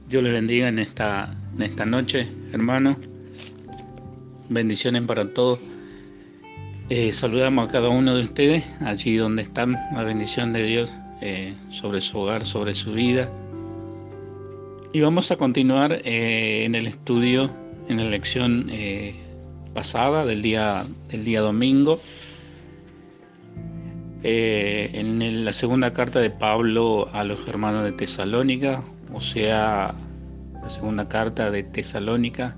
Dios les bendiga en esta noche, hermanos. Bendiciones para todos. Saludamos a cada uno de ustedes, allí donde están, la bendición de Dios sobre su hogar, sobre su vida. Y vamos a continuar en el estudio, en la lección pasada del día domingo, en la segunda carta de Pablo a los hermanos de Tesalónica, o sea, la segunda carta de Tesalónica,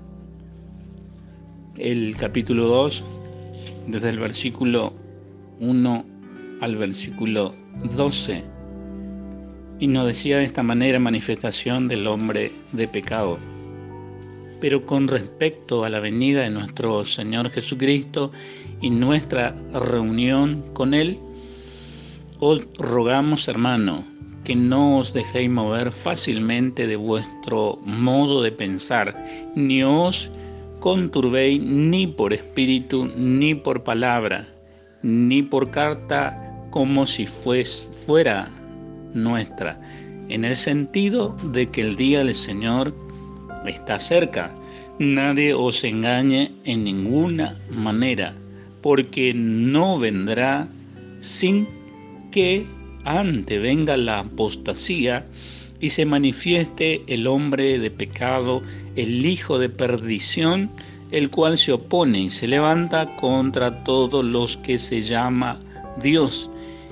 el capítulo 2, desde el versículo 1 al versículo 12, y nos decía de esta manera: manifestación del hombre de pecado. Pero con respecto a la venida de nuestro Señor Jesucristo y nuestra reunión con Él, os rogamos, hermano, que no os dejéis mover fácilmente de vuestro modo de pensar, ni os conturbéis ni por espíritu, ni por palabra, ni por carta, como si fuera nuestra, en el sentido de que el día del Señor está cerca. Nadie os engañe en ninguna manera, porque no vendrá sin que antes venga la apostasía y se manifieste el hombre de pecado, el hijo de perdición, el cual se opone y se levanta contra todos los que se llama Dios,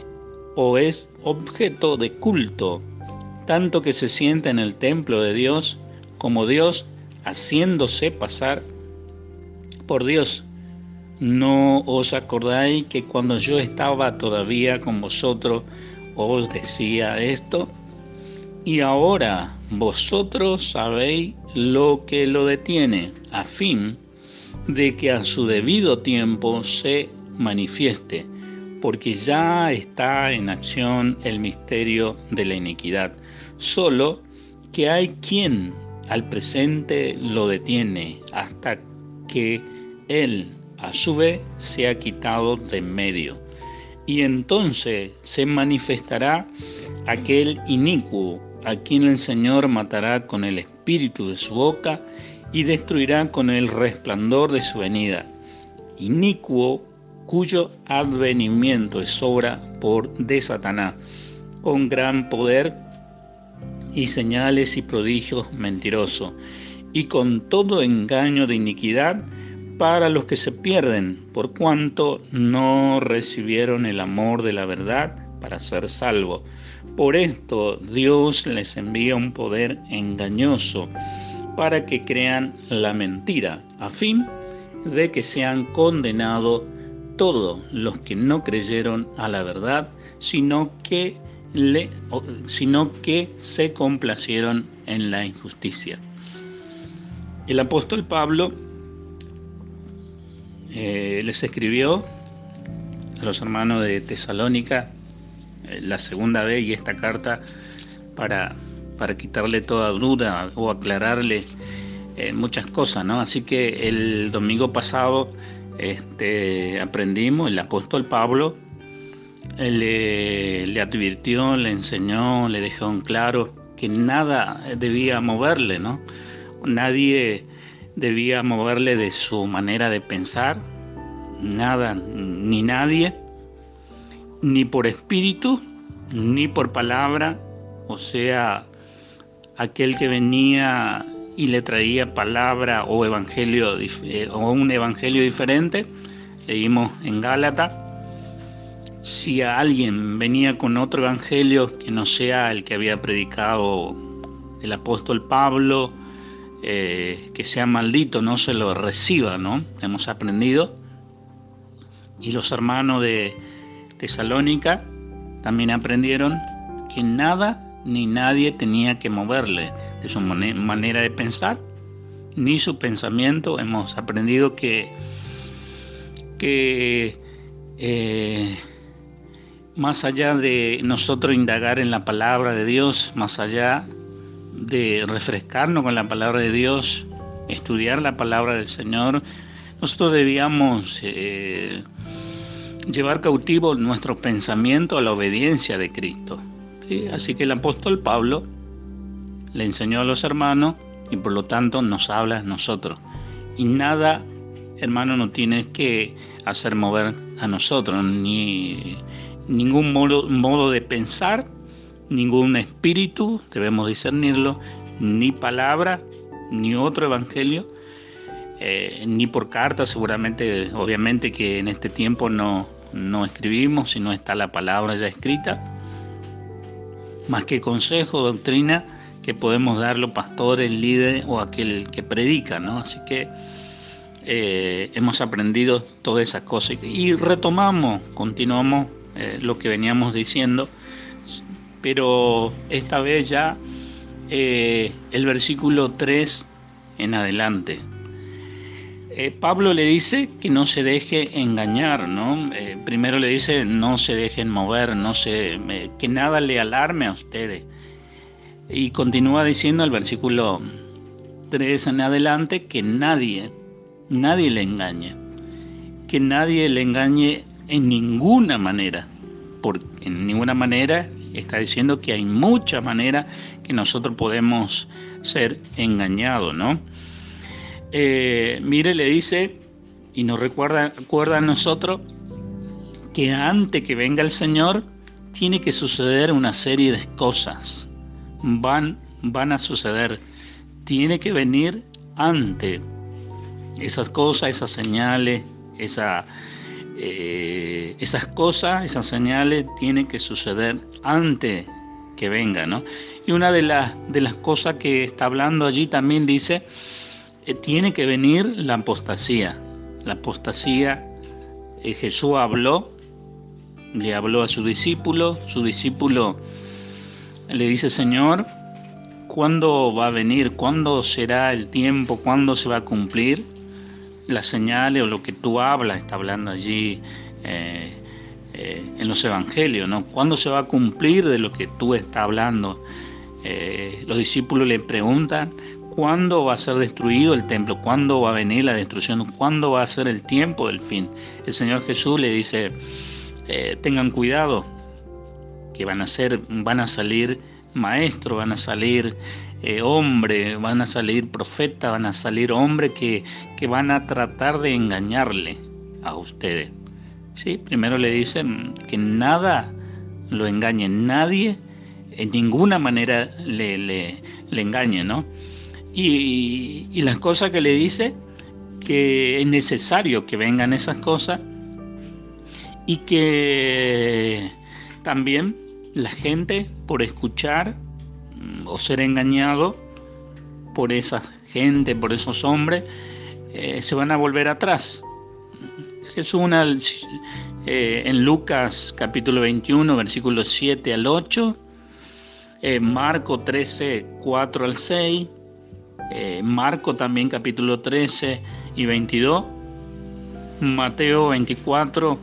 o es objeto de culto, tanto que se sienta en el templo de Dios como Dios, haciéndose pasar por Dios. ¿No os acordáis que cuando yo estaba todavía con vosotros os decía esto? Y ahora vosotros sabéis lo que lo detiene, a fin de que a su debido tiempo se manifieste, porque ya está en acción el misterio de la iniquidad. Solo que hay quien al presente lo detiene, hasta que él a su vez se ha quitado de en medio. Y entonces se manifestará aquel inicuo, a quien el Señor matará con el espíritu de su boca y destruirá con el resplandor de su venida. Inicuo, cuyo advenimiento es obra de Satanás, con gran poder y señales y prodigios mentirosos, y con todo engaño de iniquidad para los que se pierden, por cuanto no recibieron el amor de la verdad para ser salvos. Por esto Dios les envía un poder engañoso para que crean la mentira, a fin de que sean condenados todos los que no creyeron a la verdad, sino que se complacieron en la injusticia. El apóstol Pablo les escribió a los hermanos de Tesalónica la segunda vez, y esta carta para quitarle toda duda o aclararle muchas cosas, ¿no? Así que el domingo pasado aprendimos, el apóstol Pablo le advirtió, le enseñó, le dejó en claro que nada debía moverle, ¿no? Nadie debía moverle de su manera de pensar, nada ni nadie, ni por espíritu, ni por palabra, o sea, aquel que venía y le traía palabra o evangelio o un evangelio diferente. Leímos en Gálatas: si a alguien venía con otro evangelio que no sea el que había predicado el apóstol Pablo, que sea maldito, no se lo reciba, ¿no? Hemos aprendido. Y los hermanos de Tesalónica también aprendieron que nada ni nadie tenía que moverle de su manera de pensar, ni su pensamiento. Hemos aprendido que más allá de nosotros indagar en la palabra de Dios, más allá de refrescarnos con la palabra de Dios, estudiar la palabra del Señor, nosotros debíamos llevar cautivo nuestro pensamiento a la obediencia de Cristo. ¿Sí? Así que el apóstol Pablo le enseñó a los hermanos y por lo tanto nos habla a nosotros. Y nada, hermano, no tiene que hacer mover a nosotros, ni ningún modo de pensar, ningún espíritu, debemos discernirlo, ni palabra, ni otro evangelio, ni por carta, seguramente, obviamente que en este tiempo no escribimos, sino está la palabra ya escrita, más que consejo, doctrina, que podemos dar los pastores, líderes o aquel que predica, ¿no? Así que hemos aprendido todas esas cosas y retomamos, continuamos lo que veníamos diciendo, pero esta vez ya el versículo 3 en adelante. Pablo le dice que no se deje engañar, ¿no? Primero le dice no se dejen mover, que nada le alarme a ustedes. Y continúa diciendo el versículo 3 en adelante que nadie le engañe. Que nadie le engañe en ninguna manera. En ninguna manera está diciendo que hay muchas maneras que nosotros podemos ser engañados, ¿no? Mire, le dice, y nos recuerda a nosotros, que antes que venga el Señor, tiene que suceder una serie de cosas. Van a suceder. Tiene que venir antes. Esas cosas, esas señales, esas cosas, esas señales, tienen que suceder antes que venga, ¿no? Y una de las cosas que está hablando allí también dice, tiene que venir la apostasía. La apostasía, Jesús le habló a su discípulo le dice, Señor, ¿cuándo va a venir? ¿Cuándo será el tiempo? ¿Cuándo se va a cumplir las señales o lo que tú hablas? Está hablando allí en los evangelios, ¿no? ¿Cuándo se va a cumplir de lo que tú estás hablando? Los discípulos le preguntan, ¿cuándo va a ser destruido el templo? ¿Cuándo va a venir la destrucción? ¿Cuándo va a ser el tiempo del fin? El Señor Jesús le dice, tengan cuidado, que van a salir maestros, van a salir hombres, van a salir profetas, van a salir hombres que van a tratar de engañarle a ustedes. ¿Sí? Primero le dicen que nada lo engañe, nadie en ninguna manera le engañe, ¿no? Y las cosas que le dice, que es necesario que vengan esas cosas y que también la gente, por escuchar o ser engañado por esa gente, por esos hombres, se van a volver atrás. Jesús en Lucas capítulo 21, versículos 7 al 8, Marco 13, 4 al 6, Marco también capítulo 13 y 22, Mateo 24,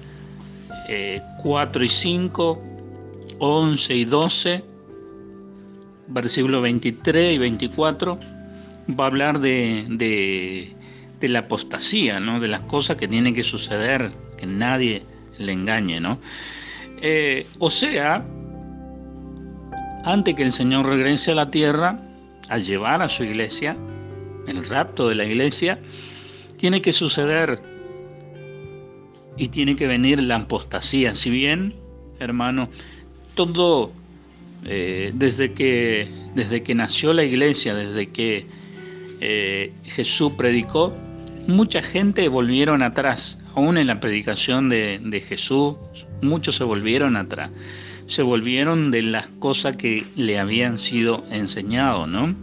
4 y 5, 11 y 12, versículos 23 y 24, va a hablar de la apostasía, ¿no? De las cosas que tienen que suceder, que nadie le engañe, ¿no? O sea, antes que el Señor regrese a la tierra a llevar a su iglesia, el rapto de la iglesia, tiene que suceder y tiene que venir la apostasía. Si bien, hermano, todo desde que nació la iglesia, desde que Jesús predicó, mucha gente volvieron atrás. Aún en la predicación de Jesús, muchos se volvieron atrás. Se volvieron de las cosas que le habían sido enseñadas, ¿no?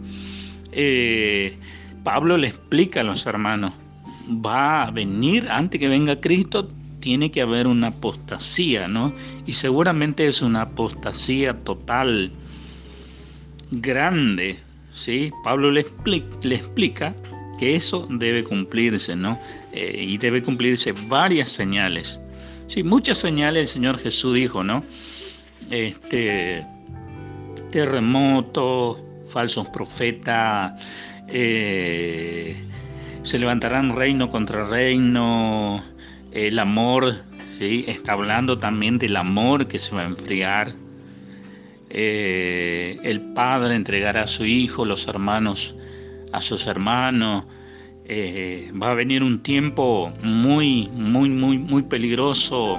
Pablo le explica a los hermanos, va a venir, antes que venga Cristo, tiene que haber una apostasía, ¿no? Y seguramente es una apostasía total, grande, ¿sí? Pablo le explica que eso debe cumplirse, ¿no? Y debe cumplirse varias señales. Sí, muchas señales el Señor Jesús dijo, ¿no? Terremotos, falsos profetas, se levantarán reino contra reino, el amor, ¿sí? Está hablando también del amor que se va a enfriar, el padre entregará a su hijo, los hermanos a sus hermanos. Va a venir un tiempo muy peligroso,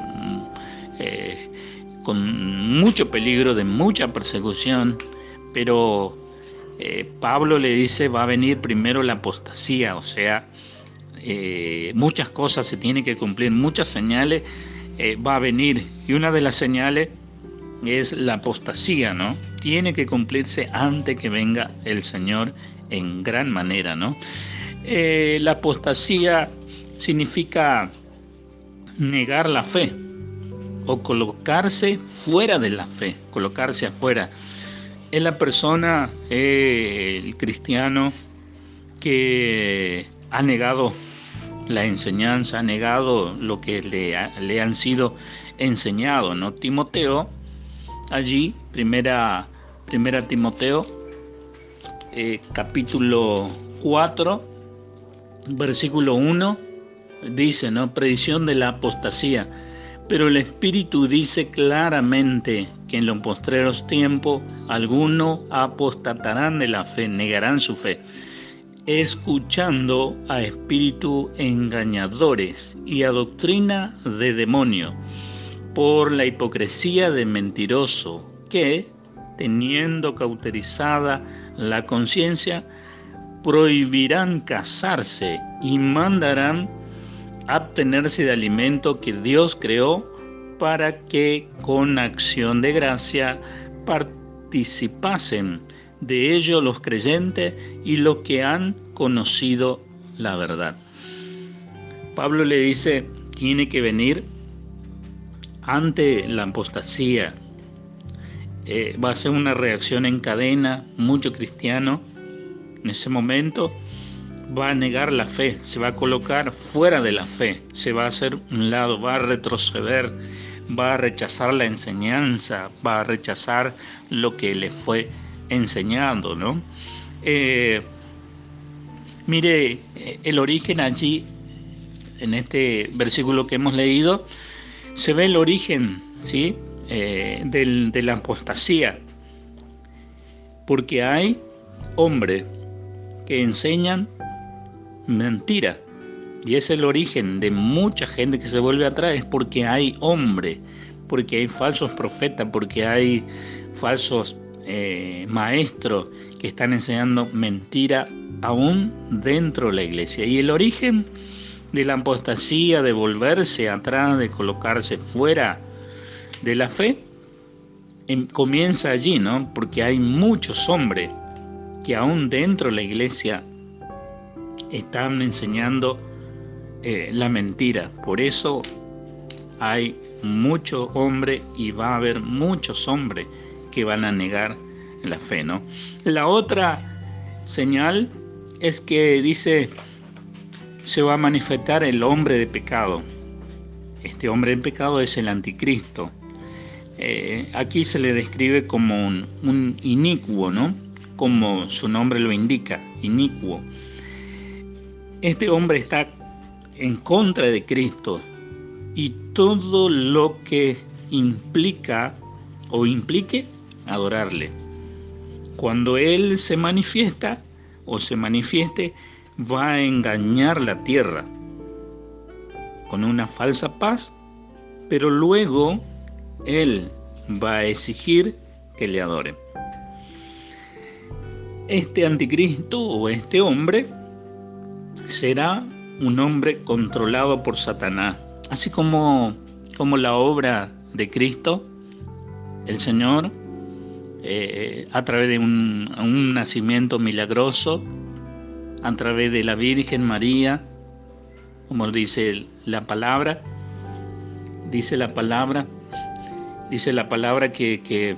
con mucho peligro de mucha persecución, pero Pablo le dice, va a venir primero la apostasía, o sea, muchas cosas se tienen que cumplir, muchas señales va a venir, y una de las señales es la apostasía, ¿no? Tiene que cumplirse antes que venga el Señor en gran manera, ¿no? La apostasía significa negar la fe o colocarse fuera de la fe, colocarse afuera. Es la persona, el cristiano, que ha negado la enseñanza, ha negado lo que le han sido enseñado, ¿no? Timoteo, allí, primera Timoteo, capítulo 4, versículo 1, dice, ¿no? Predicción de la apostasía. Pero el Espíritu dice claramente que en los postreros tiempos algunos apostatarán de la fe, negarán su fe, escuchando a espíritus engañadores y a doctrina de demonio, por la hipocresía de mentiroso, que, teniendo cauterizada la conciencia, prohibirán casarse y mandarán abstenerse de alimento que Dios creó, para que con acción de gracia participasen de ello los creyentes y los que han conocido la verdad. Pablo le dice, tiene que venir ante la apostasía. Va a ser una reacción en cadena. Mucho cristiano en ese momento va a negar la fe, se va a colocar fuera de la fe, se va a hacer un lado, va a retroceder, va a rechazar la enseñanza, va a rechazar lo que le fue enseñando, ¿no? Mire, el origen allí, en este versículo que hemos leído, se ve el origen, ¿sí? De la apostasía, porque hay hombres que enseñan mentira, y es el origen de mucha gente que se vuelve atrás, es porque hay hombres, porque hay falsos profetas, porque hay falsos maestros que están enseñando mentira aún dentro de la iglesia. Y el origen de la apostasía, de volverse atrás, de colocarse fuera de la fe, comienza allí, ¿no? Porque hay muchos hombres que aún dentro de la iglesia están enseñando la mentira. Por eso hay muchos hombres y va a haber muchos hombres que van a negar la fe, ¿no? La otra señal es que dice, se va a manifestar el hombre de pecado. Este hombre de pecado es el anticristo. Aquí se le describe como un inicuo, ¿no? Como su nombre lo indica, inicuo. Este hombre está en contra de Cristo y todo lo que implica o implique adorarle. Cuando Él se manifiesta o se manifieste, va a engañar la tierra con una falsa paz, pero luego Él va a exigir que le adoren. Este anticristo o este hombre será un hombre controlado por Satanás, así como la obra de Cristo, el Señor, a través de un nacimiento milagroso, a través de la Virgen María, como dice la palabra, que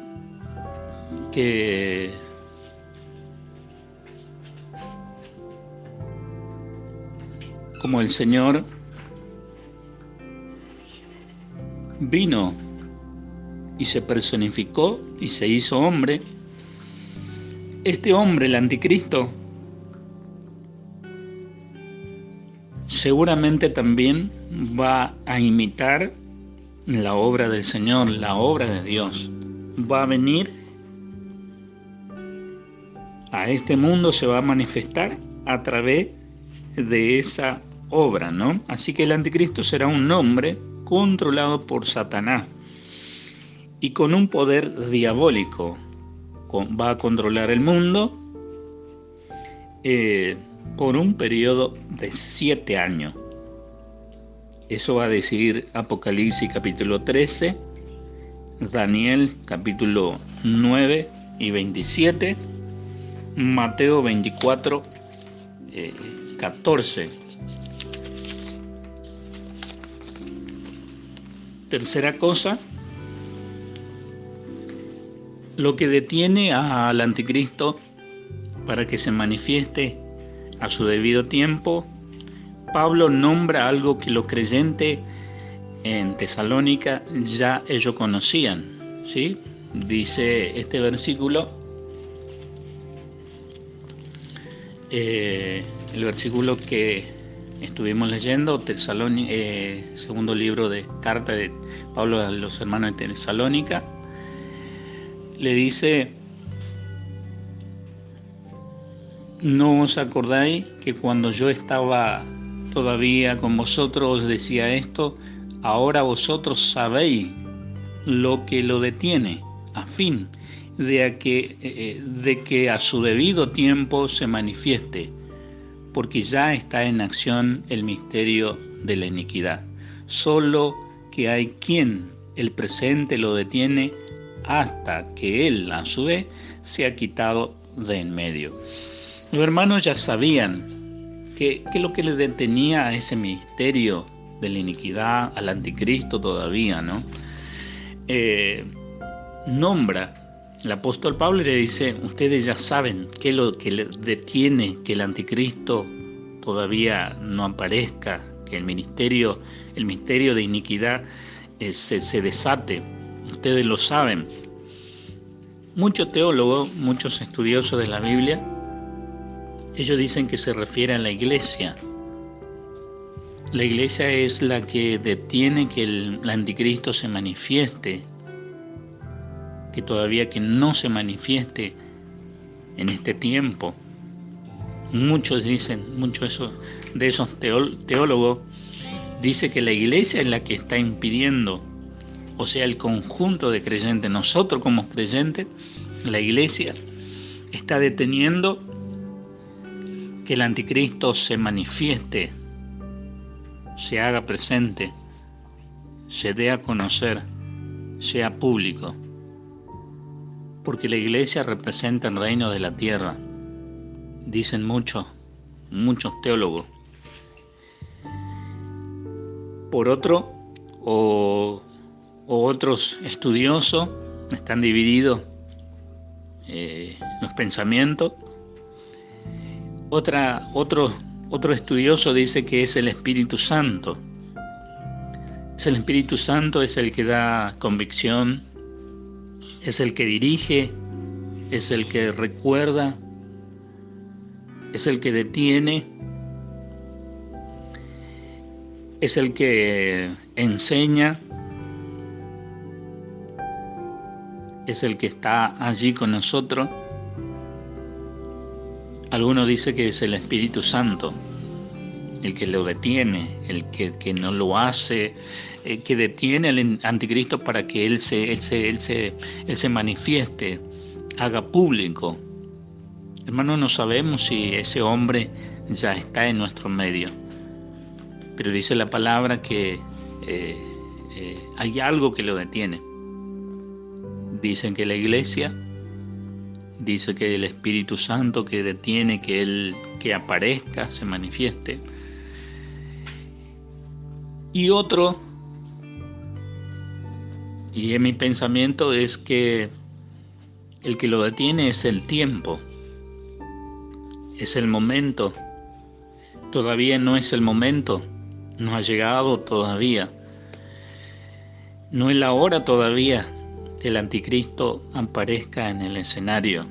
como el Señor vino y se personificó y se hizo hombre, este hombre, el anticristo, seguramente también va a imitar la obra del Señor, la obra de Dios. va a venir a este mundo, se va a manifestar a través de esa obra, ¿no? Así que el anticristo será un hombre controlado por Satanás y con un poder diabólico. Va a controlar el mundo por un periodo de 7 años. Eso va a decir Apocalipsis capítulo 13, Daniel capítulo 9 y 27, Mateo 24, 14. Tercera cosa, lo que detiene al anticristo para que se manifieste a su debido tiempo. Pablo nombra algo que los creyentes en Tesalónica ya ellos conocían, ¿sí? Dice este versículo, el versículo que estuvimos leyendo, segundo libro de carta de Pablo a los hermanos de Tesalónica, le dice: ¿no os acordáis que cuando yo estaba todavía con vosotros os decía esto? Ahora vosotros sabéis lo que lo detiene, a fin de que a su debido tiempo se manifieste, porque ya está en acción el misterio de la iniquidad. Solo que hay quien el presente lo detiene hasta que él, a su vez, se ha quitado de en medio. Los hermanos ya sabían que lo que les detenía a ese misterio de la iniquidad, al anticristo todavía, ¿no? Nombra el apóstol Pablo y le dice: ustedes ya saben qué es lo que le detiene que el anticristo todavía no aparezca, que el misterio de iniquidad se desate. Ustedes lo saben. Muchos teólogos, muchos estudiosos de la Biblia, ellos dicen que se refiere a la iglesia. La iglesia es la que detiene que el anticristo se manifieste, que todavía que no se manifieste en este tiempo. Muchos dicen, de esos teólogos, dice que la iglesia es la que está impidiendo, o sea, el conjunto de creyentes, nosotros como creyentes, la iglesia está deteniendo que el anticristo se manifieste, se haga presente, se dé a conocer, sea público, porque la iglesia representa el reino de la tierra, dicen muchos teólogos. Por otro, o otros estudiosos, están divididos los pensamientos. Otro estudioso dice que es el Espíritu Santo. El Espíritu Santo es el que da convicción, es el que dirige, es el que recuerda, es el que detiene, es el que enseña, es el que está allí con nosotros. Algunos dicen que es el Espíritu Santo el que lo detiene, el que no lo hace, que detiene al anticristo para que él se manifieste, haga público. Hermanos, no sabemos si ese hombre ya está en nuestro medio, pero dice la palabra que hay algo que lo detiene. Dicen que la iglesia, dice que el Espíritu Santo que detiene que él que aparezca, se manifieste. Y en mi pensamiento es que el que lo detiene es el tiempo, es el momento. Todavía no es el momento, no ha llegado todavía, no es la hora todavía que el anticristo aparezca en el escenario.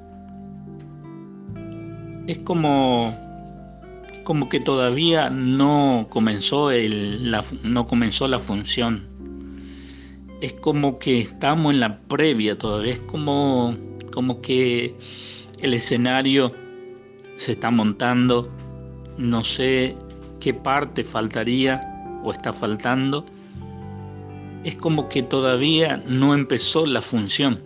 Es como que todavía no comenzó la función. es como que estamos en la previa todavía, es como que el escenario se está montando, no sé qué parte faltaría o está faltando, es como que todavía no empezó la función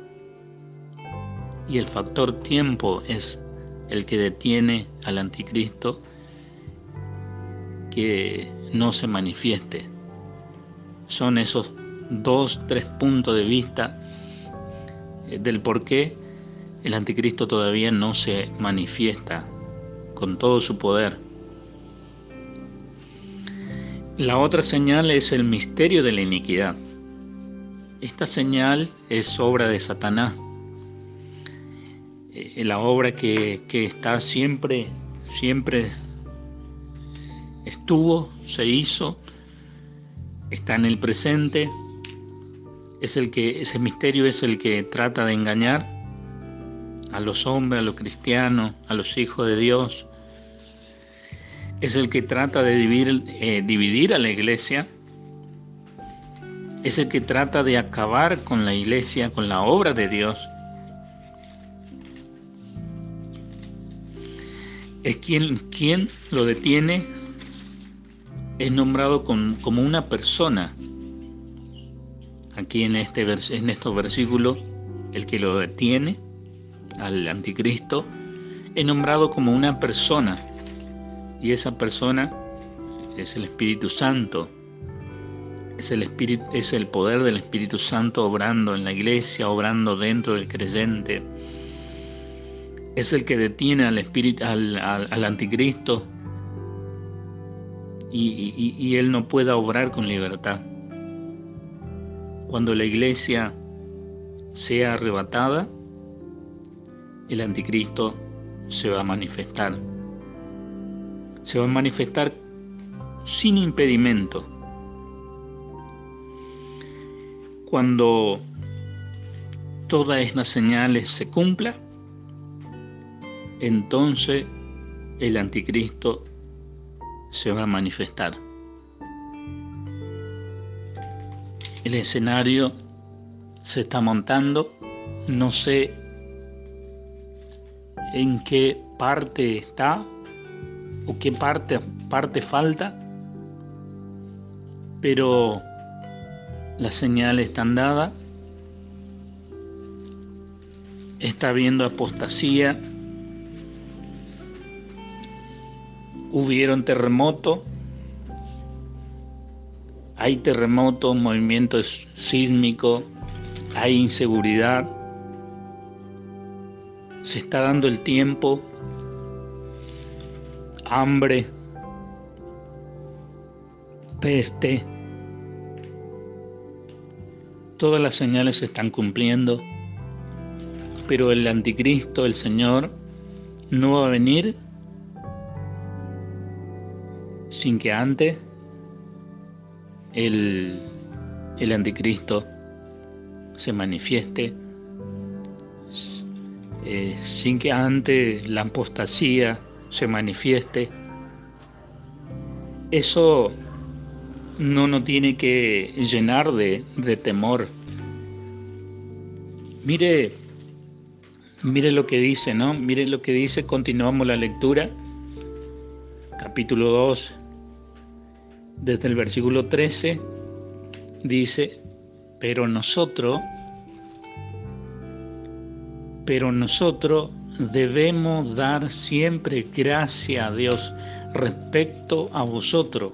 y el factor tiempo es el que detiene al anticristo que no se manifieste. Son esos 2-3 puntos de vista del por qué el anticristo todavía no se manifiesta con todo su poder. La otra señal es el misterio de la iniquidad. Esta señal es obra de Satanás, la obra que está siempre estuvo, se hizo, está en el presente. Ese misterio es el que trata de engañar a los hombres, a los cristianos, a los hijos de Dios. Es el que trata de dividir a la iglesia. Es el que trata de acabar con la iglesia, con la obra de Dios. Es quien lo detiene, es nombrado como una persona. Aquí en estos versículos, el que lo detiene al anticristo es nombrado como una persona, y esa persona es el Espíritu Santo. Es el poder del Espíritu Santo obrando en la iglesia, obrando dentro del creyente. Es el que detiene al anticristo y él no pueda obrar con libertad. Cuando la iglesia sea arrebatada, el anticristo se va a manifestar. Se va a manifestar sin impedimento. Cuando todas estas señales se cumplan, entonces el anticristo se va a manifestar. El escenario se está montando, no sé en qué parte está o qué parte falta, pero las señales están dadas. Está habiendo apostasía, hubieron terremotos, hay terremotos, movimientos sísmicos, hay inseguridad, se está dando el tiempo, hambre, peste, todas las señales se están cumpliendo, pero el anticristo, el Señor, no va a venir sin que antes el anticristo se manifieste, sin que antes la apostasía se manifieste. Eso no nos tiene que llenar de temor. Mire lo que dice, ¿no? Mire lo que dice, continuamos la lectura, capítulo 2, desde el versículo 13, dice, pero nosotros debemos dar siempre gracia a Dios respecto a vosotros,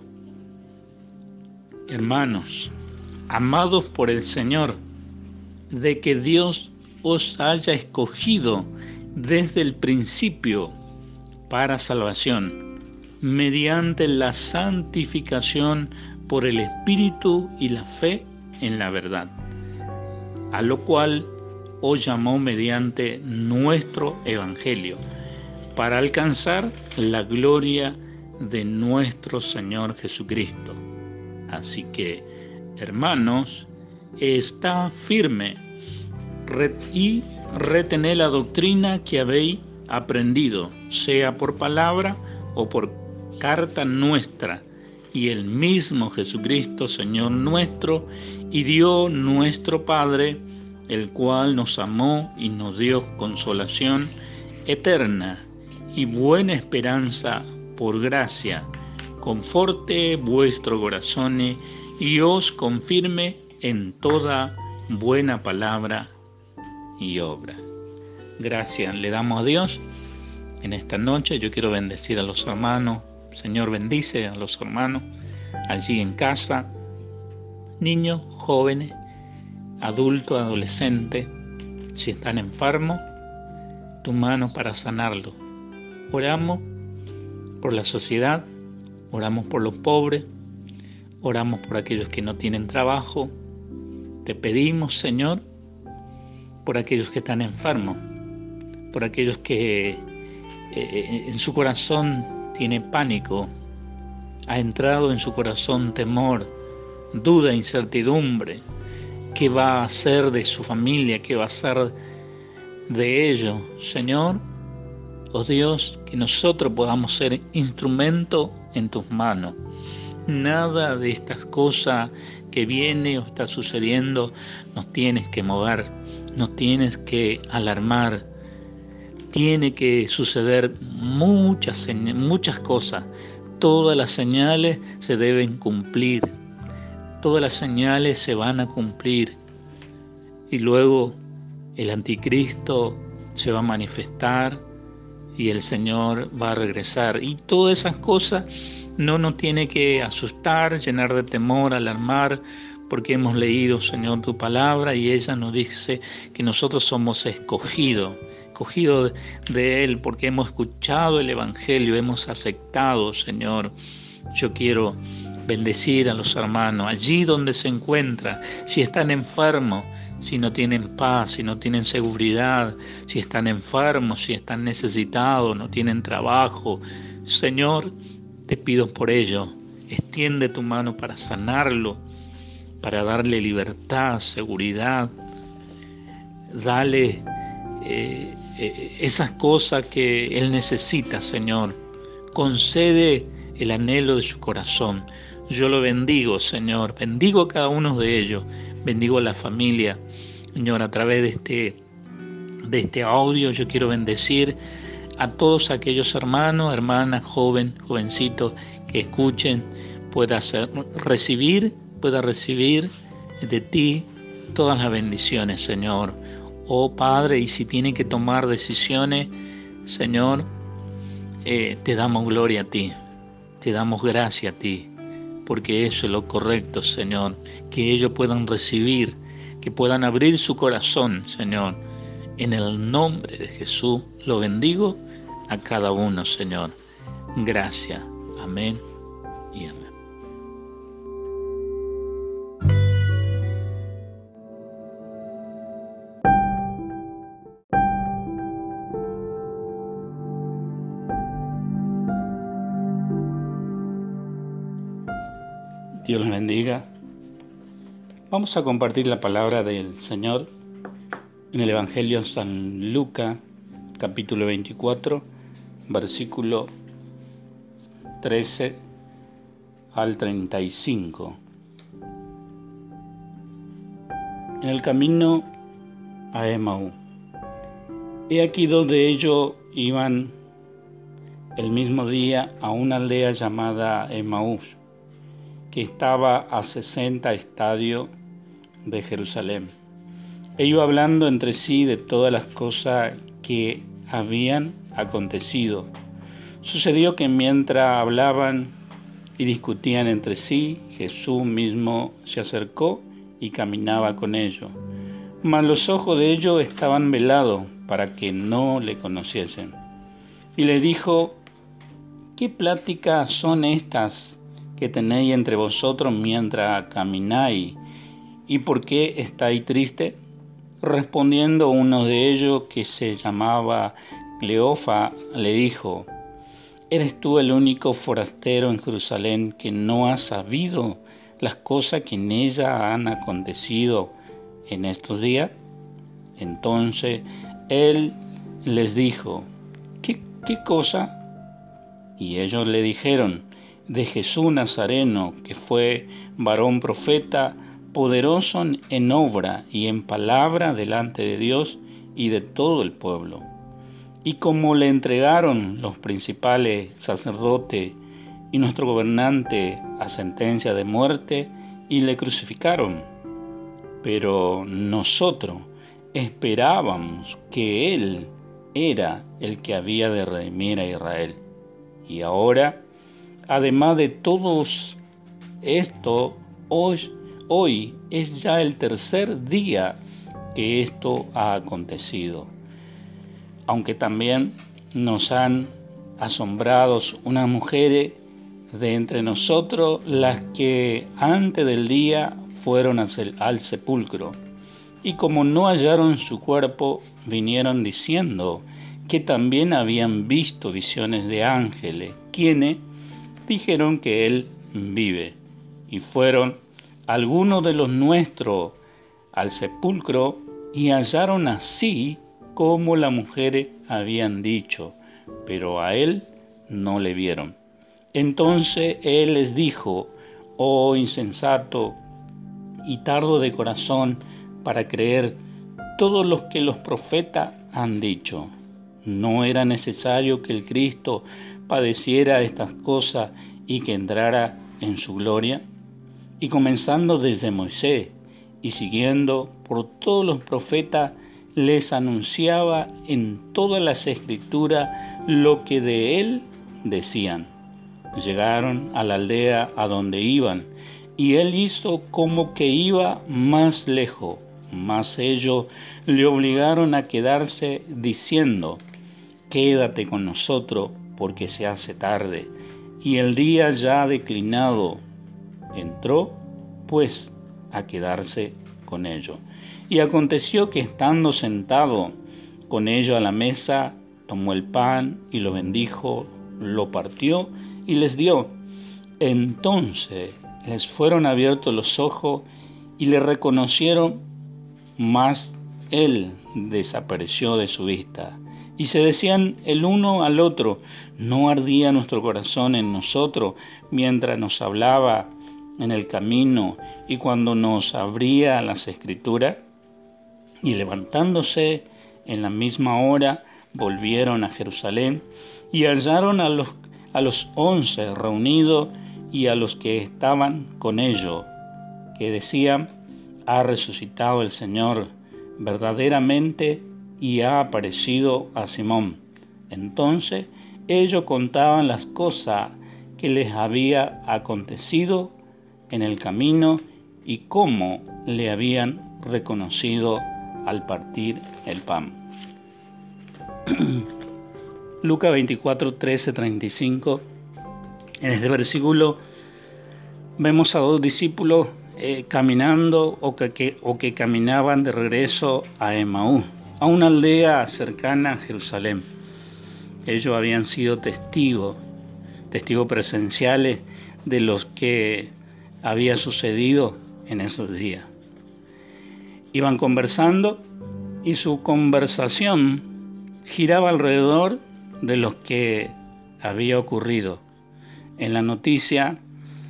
hermanos, amados por el Señor, de que Dios os haya escogido desde el principio para salvación, mediante la santificación por el Espíritu y la fe en la verdad, a lo cual os llamó mediante nuestro Evangelio, para alcanzar la gloria de nuestro Señor Jesucristo. Así que, hermanos, está firme y retened la doctrina que habéis aprendido, sea por palabra o por carta nuestra, y el mismo Jesucristo, Señor nuestro y Dios nuestro Padre, el cual nos amó y nos dio consolación eterna y buena esperanza por gracia, conforte vuestro corazón y os confirme en toda buena palabra y obra. Gracias le damos a Dios. En esta noche yo quiero bendecir a los hermanos. Señor, bendice a los hermanos allí en casa, niños, jóvenes, adultos, adolescentes. Si están enfermos, tu mano para sanarlos. Oramos por la sociedad, oramos por los pobres, oramos por aquellos que no tienen trabajo. Te pedimos, Señor, por aquellos que están enfermos, por aquellos que en su corazón tiene pánico, ha entrado en su corazón temor, duda, incertidumbre. ¿Qué va a hacer de su familia? ¿Qué va a hacer de ellos? Señor, oh Dios, que nosotros podamos ser instrumento en tus manos. Nada de estas cosas que viene o está sucediendo nos tienes que mover, nos tienes que alarmar. Tiene que suceder muchas cosas. Todas las señales se deben cumplir. Todas las señales se van a cumplir. Y luego el anticristo se va a manifestar y el Señor va a regresar. Y todas esas cosas no nos tiene que asustar, llenar de temor, alarmar, porque hemos leído, Señor, tu palabra y ella nos dice que nosotros somos escogidos de Él, porque hemos escuchado el Evangelio, hemos aceptado, Señor. Yo quiero bendecir a los hermanos allí donde se encuentran, si están enfermos, si no tienen paz, si no tienen seguridad, si están enfermos, si están necesitados, no tienen trabajo. Señor, te pido por ello, extiende tu mano para sanarlo, para darle libertad, seguridad, dale esas cosas que Él necesita, Señor. Concede el anhelo de su corazón. Yo lo bendigo, Señor. Bendigo a cada uno de ellos. Bendigo a la familia. Señor, a través de este audio yo quiero bendecir a todos aquellos hermanos, hermanas, jovencitos que escuchen, pueda recibir de ti todas las bendiciones, Señor. Oh Padre, y si tienen que tomar decisiones, Señor, te damos gloria a ti, te damos gracia a ti, porque eso es lo correcto, Señor, que ellos puedan recibir, que puedan abrir su corazón, Señor. En el nombre de Jesús lo bendigo a cada uno, Señor. Gracias. Amén y amén. Dios los bendiga. Vamos a compartir la palabra del Señor en el Evangelio de San Lucas, capítulo 24, versículo 13 al 35. En el camino a Emaú. He aquí dos de ellos iban el mismo día a una aldea llamada Emaús, que estaba a 60 estadios de Jerusalén. E iba hablando entre sí de todas las cosas que habían acontecido. Sucedió que mientras hablaban y discutían entre sí, Jesús mismo se acercó y caminaba con ellos. Mas los ojos de ellos estaban velados para que no le conociesen. Y le dijo: ¿qué pláticas son estas que tenéis entre vosotros mientras camináis? ¿Y por qué estáis tristes? Respondiendo uno de ellos, que se llamaba Cleofa, le dijo: ¿eres tú el único forastero en Jerusalén que no ha sabido las cosas que en ella han acontecido en estos días? Entonces él les dijo: ¿Qué cosa? Y ellos le dijeron: de Jesús Nazareno, que fue varón profeta, poderoso en obra y en palabra delante de Dios y de todo el pueblo. Y como le entregaron los principales sacerdotes y nuestro gobernante a sentencia de muerte, y le crucificaron. Pero nosotros esperábamos que Él era el que había de redimir a Israel. Y ahora, además de todos esto, hoy es ya el tercer día que esto ha acontecido. Aunque también nos han asombrado unas mujeres de entre nosotros, las que antes del día fueron al sepulcro, y como no hallaron su cuerpo, vinieron diciendo que también habían visto visiones de ángeles, quienes dijeron que él vive. Y fueron algunos de los nuestros al sepulcro y hallaron así como las mujeres habían dicho, pero a él no le vieron. Entonces él les dijo: oh insensato y tardo de corazón para creer todo lo que los profetas han dicho. ¿No era necesario que el Cristo padeciera estas cosas y que entrara en su gloria? Y comenzando desde Moisés y siguiendo por todos los profetas, les anunciaba en todas las escrituras lo que de él decían. Llegaron a la aldea a donde iban, y él hizo como que iba más lejos, mas ellos le obligaron a quedarse, diciendo: quédate con nosotros, porque se hace tarde, y el día ya ha declinado. Entró, pues, a quedarse con ellos. Y aconteció que estando sentado con ellos a la mesa, tomó el pan y lo bendijo, lo partió y les dio. Entonces les fueron abiertos los ojos y le reconocieron, mas él desapareció de su vista. Y se decían el uno al otro: ¿no ardía nuestro corazón en nosotros mientras nos hablaba en el camino y cuando nos abría las escrituras? Y levantándose en la misma hora, volvieron a Jerusalén y hallaron a los 11 reunidos y a los que estaban con ellos, que decían: ha resucitado el Señor verdaderamente y ha aparecido a Simón. Entonces ellos contaban las cosas que les había acontecido en el camino y cómo le habían reconocido al partir el pan. Lucas 24, 13, 35. En este versículo vemos a dos discípulos caminando o que caminaban de regreso a Emaús, a una aldea cercana a Jerusalén. Ellos habían sido testigos presenciales de lo que había sucedido en esos días. Iban conversando y su conversación giraba alrededor de lo que había ocurrido. En la noticia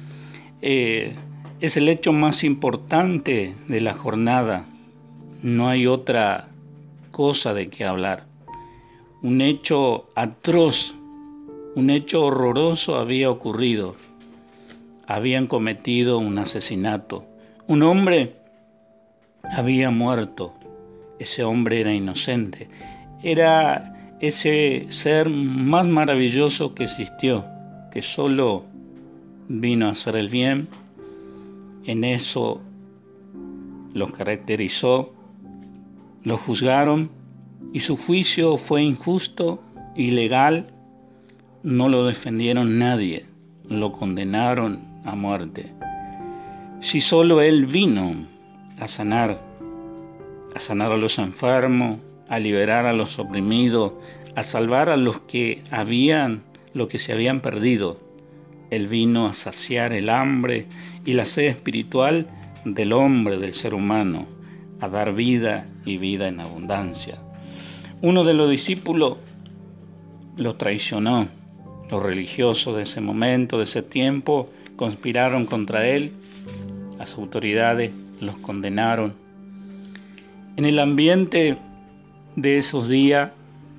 es el hecho más importante de la jornada. No hay otra cosa de qué hablar. Un hecho atroz, un hecho horroroso había ocurrido. Habían cometido un asesinato. Un hombre había muerto. Ese hombre era inocente. Era ese ser más maravilloso que existió, que solo vino a hacer el bien. En eso los caracterizó, los juzgaron y su juicio fue injusto, ilegal. No lo defendieron nadie, lo condenaron a muerte. Si solo él vino a sanar a los enfermos, a liberar a los oprimidos, a salvar a los que se habían perdido. Él vino a saciar el hambre y la sed espiritual del hombre, del ser humano, a dar vida y vida en abundancia. Uno de los discípulos lo traicionó, Los religiosos de ese momento, de ese tiempo, conspiraron contra él. Las autoridades los condenaron. En el ambiente de esos días,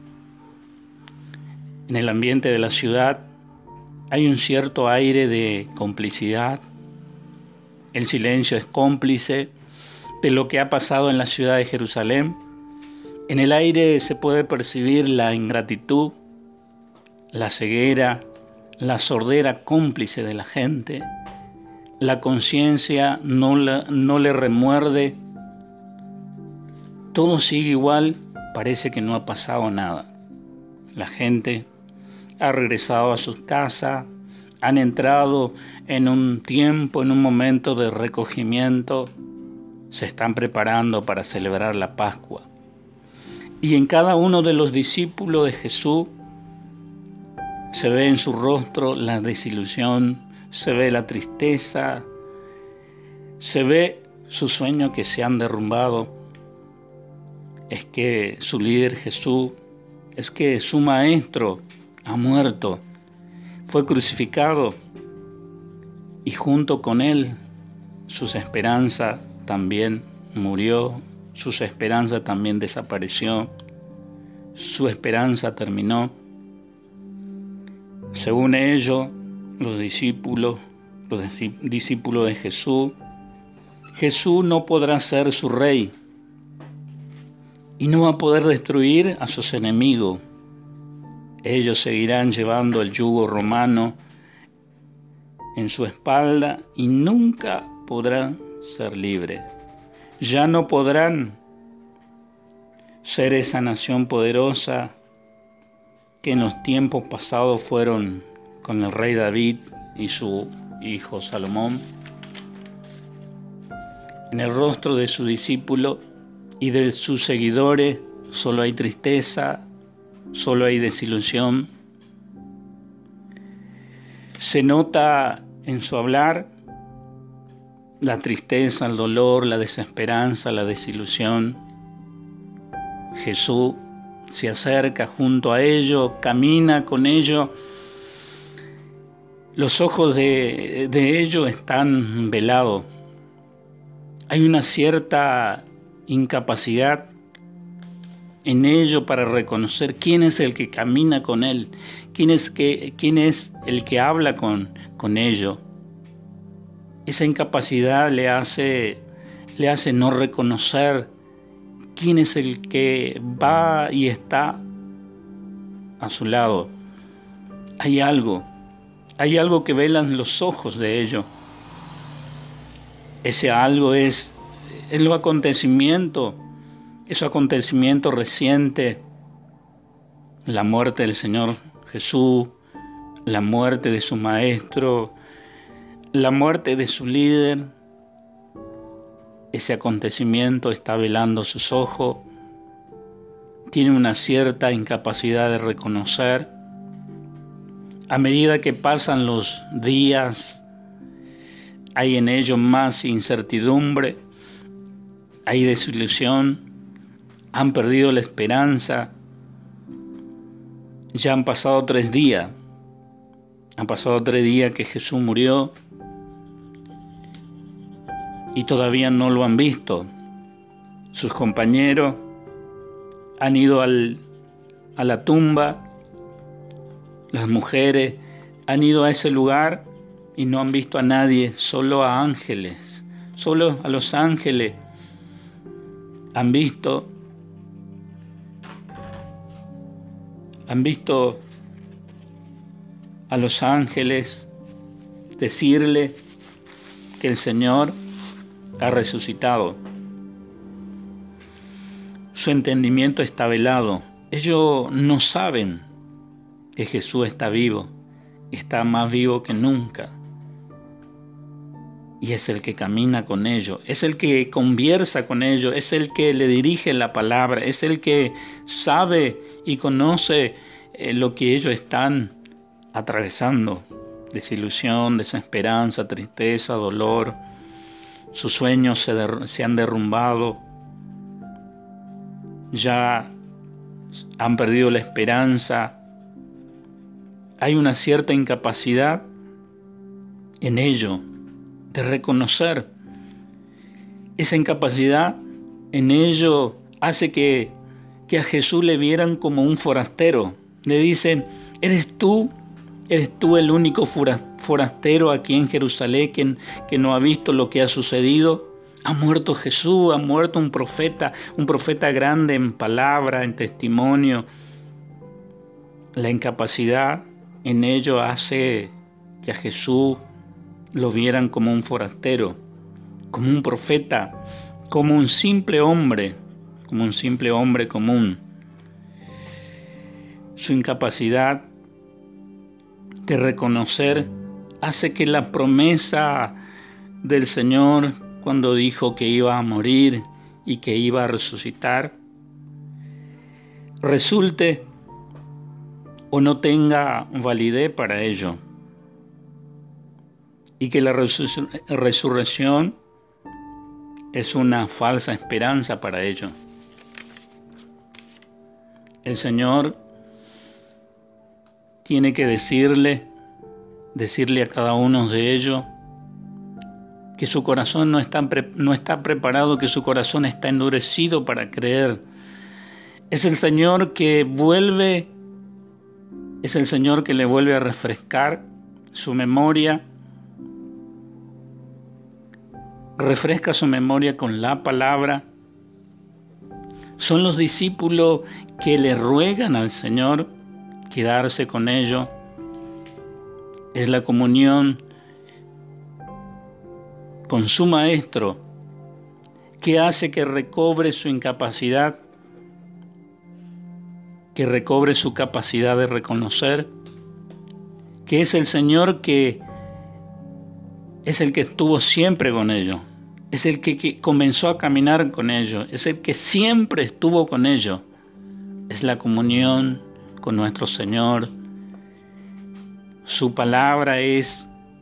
en el ambiente de la ciudad, hay un cierto aire de complicidad. El silencio es cómplice de lo que ha pasado en la ciudad de Jerusalén. En el aire se puede percibir la ingratitud, la ceguera, la sordera cómplice de la gente. La conciencia no le remuerde. Todo sigue igual, parece que no ha pasado nada. La gente ha regresado a sus casas, han entrado en un tiempo, en un momento de recogimiento, se están preparando para celebrar la Pascua. Y en cada uno de los discípulos de Jesús se ve en su rostro la desilusión, se ve la tristeza, se ve sus sueños que se han derrumbado. Es que su líder Jesús, es que su maestro ha muerto, fue crucificado y junto con él sus esperanzas también murió, sus esperanzas también desapareció, su esperanza terminó. Según ellos, los discípulos de Jesús, Jesús no podrá ser su rey y no va a poder destruir a sus enemigos. Ellos seguirán llevando el yugo romano en su espalda y nunca podrán ser libres. Ya no podrán ser esa nación poderosa que en los tiempos pasados fueron con el rey David y su hijo Salomón. En el rostro de su discípulo y de sus seguidores solo hay tristeza, solo hay desilusión. Se nota en su hablar la tristeza, el dolor, la desesperanza, la desilusión. Jesús se acerca junto a ellos, camina con ellos. Los ojos de ellos están velados. Hay una cierta incapacidad en ellos para reconocer quién es el que camina con él, quién es el que habla con ellos. Esa incapacidad le hace no reconocer quién es el que va y está a su lado. Hay algo que velan los ojos de ellos. Ese algo es los acontecimientos, esos acontecimientos recientes, la muerte del Señor Jesús, la muerte de su maestro, la muerte de su líder. Ese acontecimiento está velando sus ojos, tiene una cierta incapacidad de reconocer. A medida que pasan los días, hay en ellos más incertidumbre, hay desilusión, han perdido la esperanza. Ya han pasado 3 días, que Jesús murió y todavía no lo han visto. Sus compañeros han ido a la tumba, las mujeres han ido a ese lugar y no han visto a nadie, solo a ángeles, solo a los ángeles han visto a los ángeles decirle que el Señor ha resucitado. Su entendimiento está velado. Ellos no saben que Jesús está vivo, está más vivo que nunca. Y es el que camina con ellos, es el que conversa con ellos, es el que le dirige la palabra, es el que sabe y conoce lo que ellos están atravesando. Desilusión, desesperanza, tristeza, dolor. Sus sueños se han derrumbado. Ya han perdido la esperanza. hay una cierta incapacidad en ello, de reconocer. Esa incapacidad en ello hace que a Jesús le vieran como un forastero. Le dicen, ¿eres tú el único forastero aquí en Jerusalén que no ha visto lo que ha sucedido? Ha muerto Jesús, ha muerto un profeta grande en palabra, en testimonio. La incapacidad en ello hace que a Jesús lo vieran como un forastero, como un profeta, como un simple hombre común. Su incapacidad de reconocer hace que la promesa del Señor, cuando dijo que iba a morir y que iba a resucitar, resulte o no tenga validez para ello, y que la resurrección es una falsa esperanza para ello. El Señor tiene que decirle a cada uno de ellos que su corazón no está preparado, que su corazón está endurecido para creer. Es el Señor que le vuelve a refrescar su memoria, refresca su memoria con la palabra. Son los discípulos que le ruegan al Señor quedarse con ellos. Es la comunión con su Maestro que hace que recobre su incapacidad, que recobre su capacidad de reconocer, que es el Señor que es el que estuvo siempre con ellos, es el que comenzó a caminar con ellos, es el que siempre estuvo con ellos. Es la comunión con nuestro Señor. Su palabra es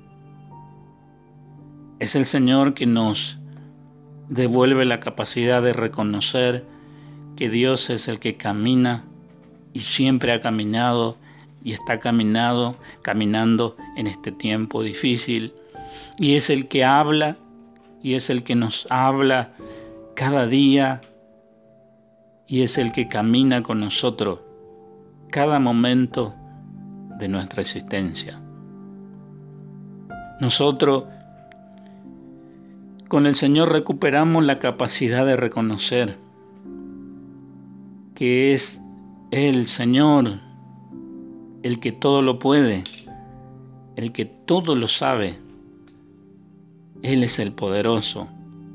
el Señor que nos devuelve la capacidad de reconocer que Dios es el que camina y siempre ha caminado y está caminando en este tiempo difícil. Y es el que habla y es el que nos habla cada día y es el que camina con nosotros cada momento de nuestra existencia. Nosotros con el Señor recuperamos la capacidad de reconocer que es el Señor el que todo lo puede, el que todo lo sabe. Él es el poderoso.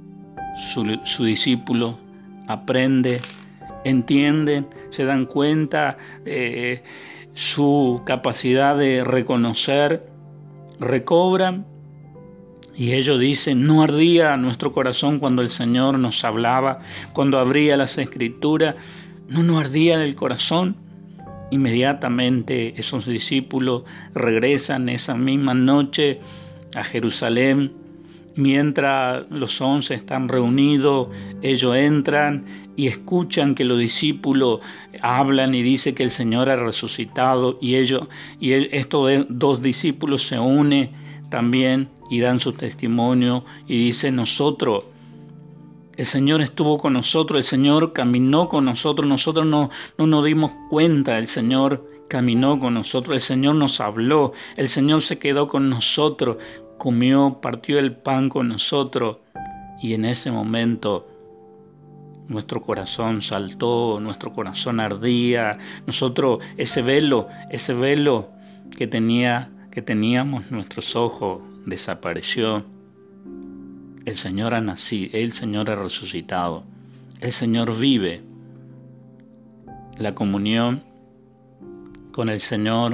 Su discípulo aprende, entienden, se dan cuenta de su capacidad de reconocer, recobran, y ellos dicen, no ardía nuestro corazón cuando el Señor nos hablaba, cuando abría las Escrituras, no nos ardía el corazón. Inmediatamente esos discípulos regresan esa misma noche a Jerusalén. Mientras los 11 están reunidos, ellos entran y escuchan que los discípulos hablan y dice que el Señor ha resucitado, y estos dos discípulos se unen también y dan su testimonio y dicen, el Señor estuvo con nosotros, el Señor caminó con nosotros no nos dimos cuenta, el Señor caminó con nosotros, el Señor nos habló, el Señor se quedó con nosotros, comió, partió el pan con nosotros, y en ese momento nuestro corazón saltó, nuestro corazón ardía, ese velo que teníamos nuestros ojos desapareció. El Señor ha nacido, el Señor ha resucitado, el Señor vive. La comunión con el Señor,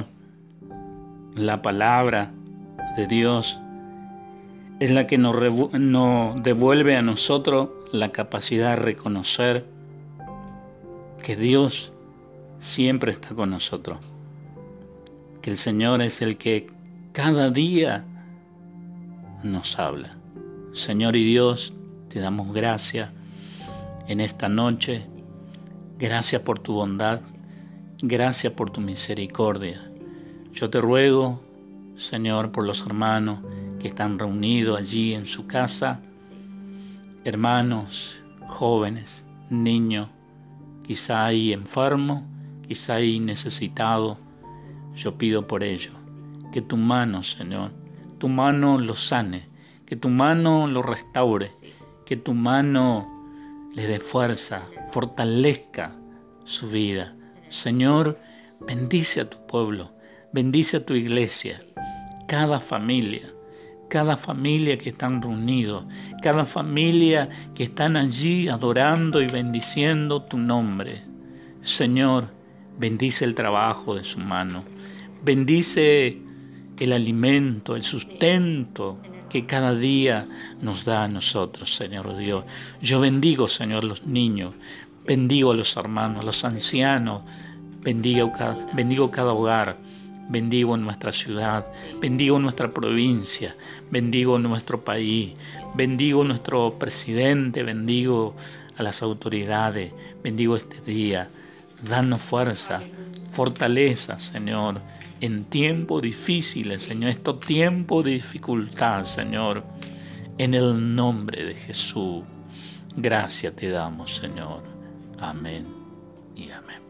la palabra de Dios, es la que nos devuelve a nosotros la capacidad de reconocer que Dios siempre está con nosotros, que el Señor es el que cada día nos habla. Señor y Dios, te damos gracias en esta noche, gracias por tu bondad, gracias por tu misericordia. Yo te ruego, Señor, por los hermanos que están reunidos allí en su casa, hermanos, jóvenes, niños, quizá hay enfermos, quizá hay necesitados. Yo pido por ellos, que tu mano, Señor, tu mano los sane, que tu mano los restaure, que tu mano les dé fuerza, fortalezca su vida. Señor, bendice a tu pueblo, bendice a tu iglesia, cada familia que están reunidos, cada familia que están allí adorando y bendiciendo tu nombre. Señor, bendice el trabajo de su mano, bendice el alimento, el sustento que cada día nos da a nosotros, Señor Dios. Yo bendigo, Señor, los niños, bendigo a los hermanos, a los ancianos, bendigo cada hogar, bendigo nuestra ciudad, bendigo nuestra provincia, bendigo nuestro país, bendigo nuestro presidente, bendigo a las autoridades, bendigo este día. Danos fuerza, fortaleza, Señor, en tiempos difíciles, Señor, estos tiempos de dificultad, Señor, en el nombre de Jesús. Gracias te damos, Señor. Amén y amén.